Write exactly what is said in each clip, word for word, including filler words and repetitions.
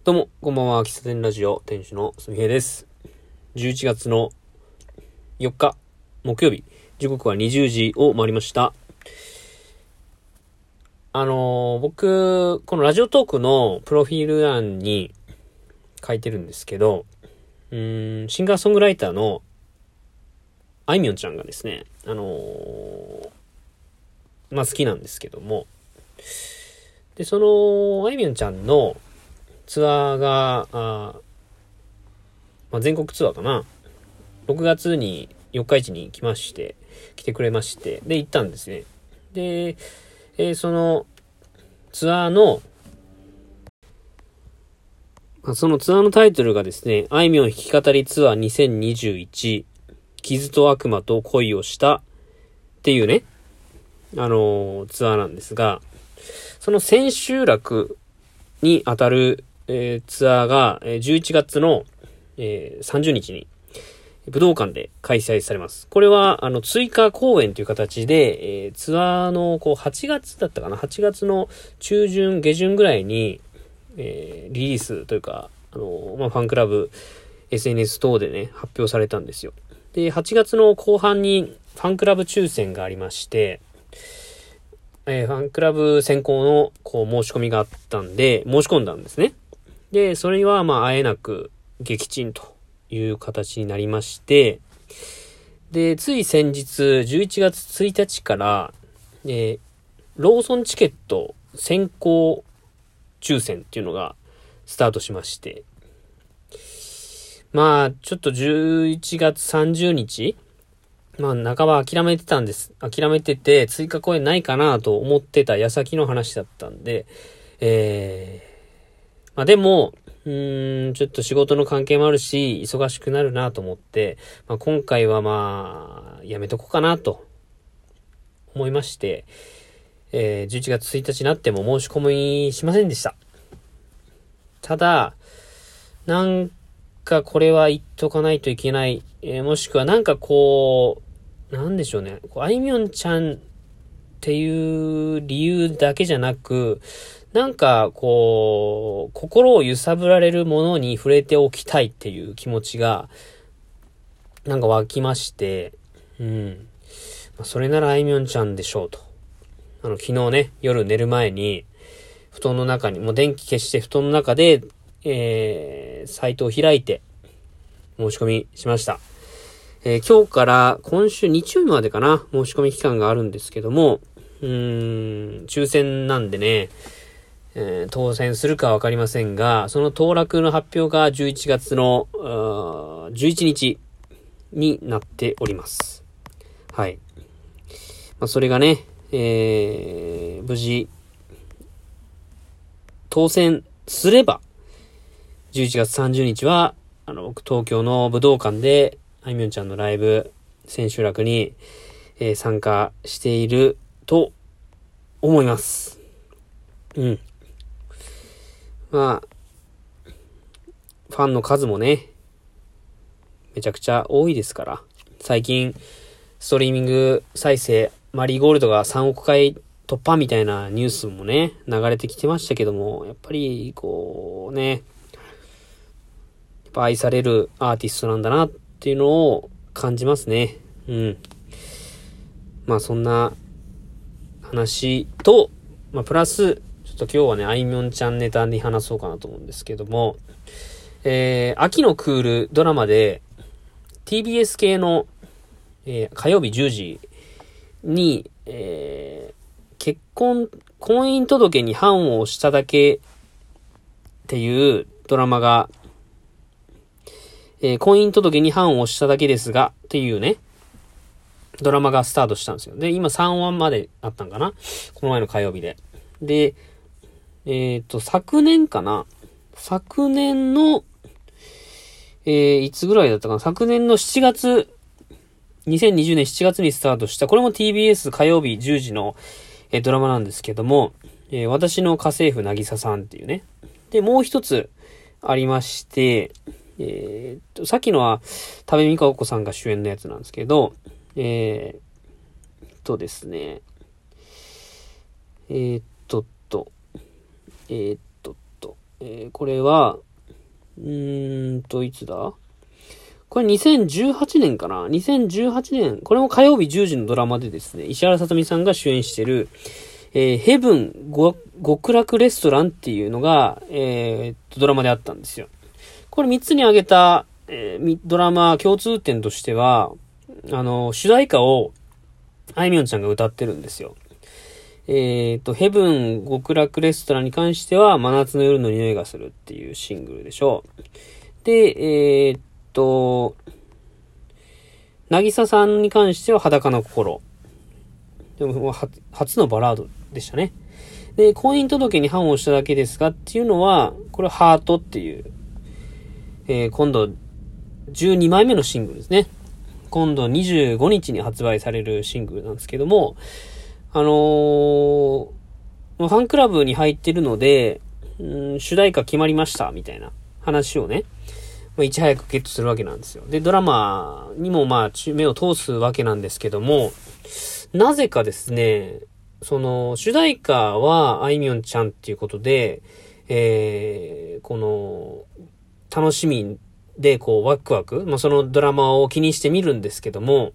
どうも、こんばんは。喫茶店ラジオ店主のすみへいです。じゅういちがつのよっか、木曜日、時刻はにじゅうじを回りました。あのー、僕、このラジオトークのプロフィール欄に書いてるんですけど、うーん、シンガーソングライターのあいみょんちゃんがですね、あのー、まあ好きなんですけども、で、その、あいみょんちゃんのツアーが、あーまあ、全国ツアーかな。ろくがつに四日市に来まして、来てくれまして、で、行ったんですね。で、えー、そのツアーの、そのツアーのタイトルがですね、あいみょん弾き語りツアーにせんにじゅういち、傷と悪魔と恋をしたっていうね、あのー、ツアーなんですが、その千秋楽にあたる、えー、ツアーがじゅういちがつの、えー、さんじゅうにちに武道館で開催されます。これはあの追加公演という形で、えー、ツアーのこうはちがつだったかな、はちがつの中旬下旬ぐらいに、えー、リリースというか、あのまあ、ファンクラブ エスエヌエス 等でね発表されたんですよ。で、はちがつの後半にファンクラブ抽選がありまして、えー、ファンクラブ選考のこう申し込みがあったんで申し込んだんですね。で、それにはまああえなく撃沈という形になりまして、で、つい先日じゅういちがつついたちから、えー、ローソンチケット先行抽選っていうのがスタートしまして、まあちょっとじゅういちがつさんじゅうにち、まあ半ば諦めてたんです。諦めてて追加公演ないかなと思ってた矢先の話だったんで、えー、まあでも、うーん、ちょっと仕事の関係もあるし、忙しくなるなと思って、まあ、今回はまあ、やめとこうかなと思いまして、えー、じゅういちがつついたちになっても申し込みしませんでした。ただ、なんかこれは言っとかないといけない、えー、もしくはなんかこう、なんでしょうね。あいみょんちゃんっていう理由だけじゃなく、なんかこう、心を揺さぶられるものに触れておきたいっていう気持ちが、なんか湧きまして、うん。まあ、それならあいみょんちゃんでしょうと。あの、昨日ね、夜寝る前に、布団の中に、もう電気消して布団の中で、えー、サイトを開いて、申し込みしました。えー、今日から今週日曜日までかな、申し込み期間があるんですけども、うーん、抽選なんでね、えー、当選するかわかりませんが、その当落の発表がじゅういちがつのじゅういちにちになっております。はい。まあ、それがね、えー、無事、当選すれば、じゅういちがつさんじゅうにちは、あの、東京の武道館で、あいみょんちゃんのライブ、千秋楽に、えー、参加していると思います。うん。まあ、ファンの数もね、めちゃくちゃ多いですから。最近、ストリーミング再生、マリーゴールドがさんおくかい突破みたいなニュースもね、流れてきてましたけども、やっぱり、こうね、やっぱ愛されるアーティストなんだなっていうのを感じますね。うん。まあそんな話と、まあプラス、ちょっと今日はね、あいみょんちゃんネタに話そうかなと思うんですけども、えー、秋のクールドラマで ティービーエス 系の、えー、火曜日じゅうじに、えー、結婚、婚姻届に判をしただけっていうドラマが、えー、婚姻届に判をしただけですがっていうね、ドラマがスタートしたんですよ。で、今さんわまであったんかな、この前の火曜日で。で、えっと、昨年かな昨年の、えー、いつぐらいだったかな昨年のしちがつ、にせんにじゅうねんしちがつにスタートした、これも ティービーエス 火曜日じゅうじの、えー、ドラマなんですけども、えー、私の家政婦なぎささんっていうね。で、もう一つありまして、えー、っと、さっきのは、多部未華子さんが主演のやつなんですけど、えー、っとですね、えー、っとっと、えー、っとっと、ええー、これは、うーんと、いつだこれにせんじゅうはちねんかな ?にせんじゅうはちねん、これも火曜日じゅうじのドラマでですね、石原さとみさんが主演してる、えー、ヘブン極楽レストランっていうのが、えー、ドラマであったんですよ。これみっつに挙げた、えー、ドラマ共通点としては、あの、主題歌をあいみょんちゃんが歌ってるんですよ。えっと、ヘブン極楽レストランに関しては、真夏の夜の匂いがするっていうシングルでしょう。で、えー、っと、なぎささんに関しては裸の心。でも、初のバラードでしたね。で、婚姻届に判をしただけですがっていうのは、これはハートっていう、えー、今度、じゅうにまいめのシングルですね。今度にじゅうごにちに発売されるシングルなんですけども、あのー、ファンクラブに入ってるので、うん、主題歌決まりました、みたいな話をね、まあ、いち早くゲットするわけなんですよ。で、ドラマにもまあ、目を通すわけなんですけども、なぜかですね、その、主題歌はあいみょんちゃんっていうことで、えー、この、楽しみで、こう、ワクワク、まあ、そのドラマを気にして見るんですけども、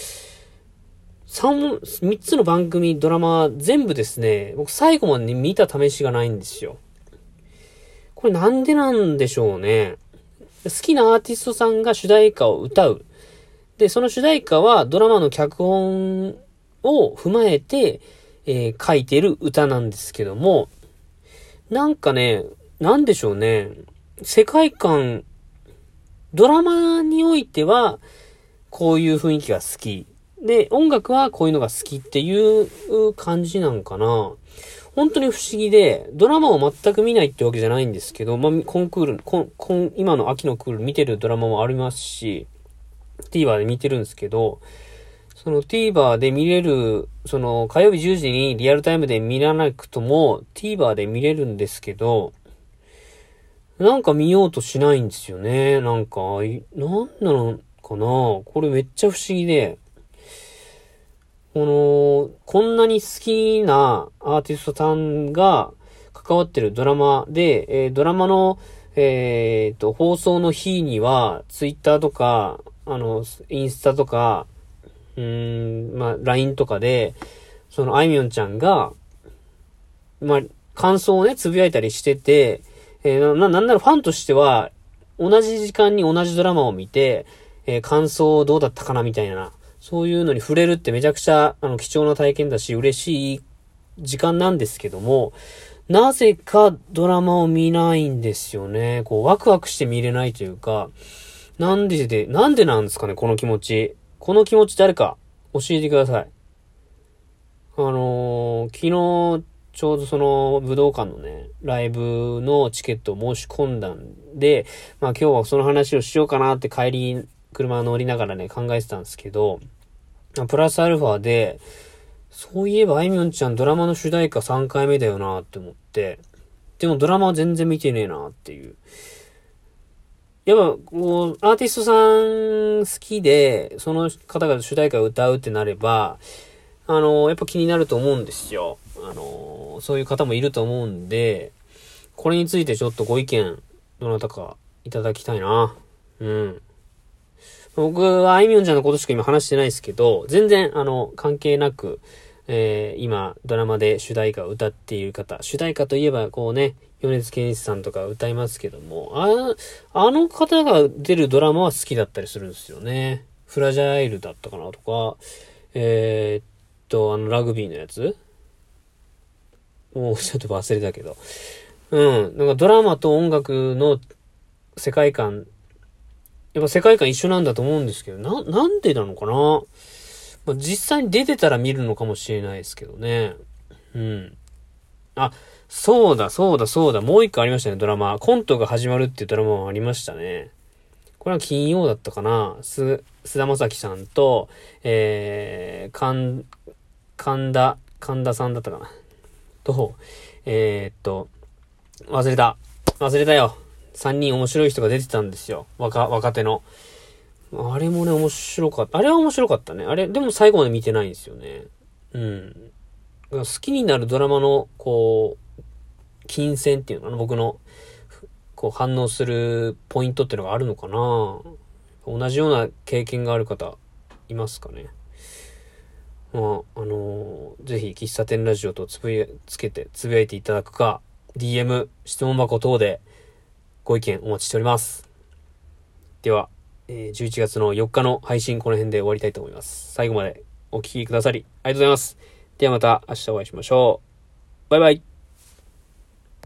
三、三つの番組、ドラマ、全部ですね、僕最後まで見た試しがないんですよ。これなんでなんでしょうね。好きなアーティストさんが主題歌を歌う。で、その主題歌はドラマの脚本を踏まえて、えー、書いてる歌なんですけども、なんかね、なんでしょうね。世界観、ドラマにおいては、こういう雰囲気が好き。で、音楽はこういうのが好きっていう感じなんかな。本当に不思議で、ドラマを全く見ないってわけじゃないんですけど、まあ、コンクール、コン、コン、今の秋のクール見てるドラマもありますし、TVer で見てるんですけど、その TVer で見れる、その火曜日じゅうじにリアルタイムで見らなくとも TVer で見れるんですけど、なんか見ようとしないんですよね。なんか、なんなのかな。これめっちゃ不思議で、この、こんなに好きなアーティストさんが関わってるドラマで、えー、ドラマの、えー、と、放送の日には、ツイッターとか、あの、インスタとか、うーん、まあ、ライン とかで、その、あいみょんちゃんが、まあ、感想をね、つぶやいたりしてて、えー、な、なんならファンとしては、同じ時間に同じドラマを見て、えー、感想どうだったかなみたいな、そういうのに触れるってめちゃくちゃ、あの、貴重な体験だし、嬉しい時間なんですけども、なぜかドラマを見ないんですよね。こう、ワクワクして見れないというか、なんでで、なんでなんですかね、この気持ち。この気持ち誰か教えてください。あのー、昨日、ちょうどその武道館のね、ライブのチケットを申し込んだんで、まあ今日はその話をしようかなって帰り、車乗りながらね、考えてたんですけど、プラスアルファで、そういえばあいみょんちゃんドラマの主題歌さんかいめだよなって思って、でもドラマは全然見てねえなっていう。やっぱ、こう、アーティストさん好きで、その方が主題歌を歌うってなれば、あの、やっぱ気になると思うんですよ。あの、そういう方もいると思うんで、これについてちょっとご意見、どなたかいただきたいな。うん。僕はあいみょんちゃんのことしか今話してないですけど、全然、あの、関係なく、えー、今、ドラマで主題歌を歌っている方、主題歌といえば、こうね、米津玄師さんとか歌いますけども、あ、あの方が出るドラマは好きだったりするんですよね。フラジャイルだったかなとか、えー、っと、あの、ラグビーのやつもうちょっと忘れたけど。うん。なんかドラマと音楽の世界観、やっぱ世界観一緒なんだと思うんですけど、な、なんでなのかな、まあ、実際に出てたら見るのかもしれないですけどね。うん。あ、そうだ、そうだ、そうだ。もう一個ありましたね、ドラマ。コントが始まるっていうドラマもありましたね。これは金曜だったかな。す、菅田将暉さんと、えー、神、神田、神田さんだったかな。と、えー、っと、忘れた。忘れたよ。三人面白い人が出てたんですよ。若、若手の。あれもね、面白かった。あれは面白かったね。あれ、でも最後まで見てないんですよね。うん。好きになるドラマの、こう、金銭っていうのかな、僕の。 こう反応するポイントっていうのがあるのかな。同じような経験がある方いますかね。まあ、あのー、ぜひ喫茶店ラジオとつぶや、つけてつぶやいていただくか、ディーエム、質問箱等でご意見お待ちしております。では、えー、じゅういちがつのよっかの配信この辺で終わりたいと思います。最後までお聞きくださりありがとうございます。ではまた明日お会いしましょう。バイバイ。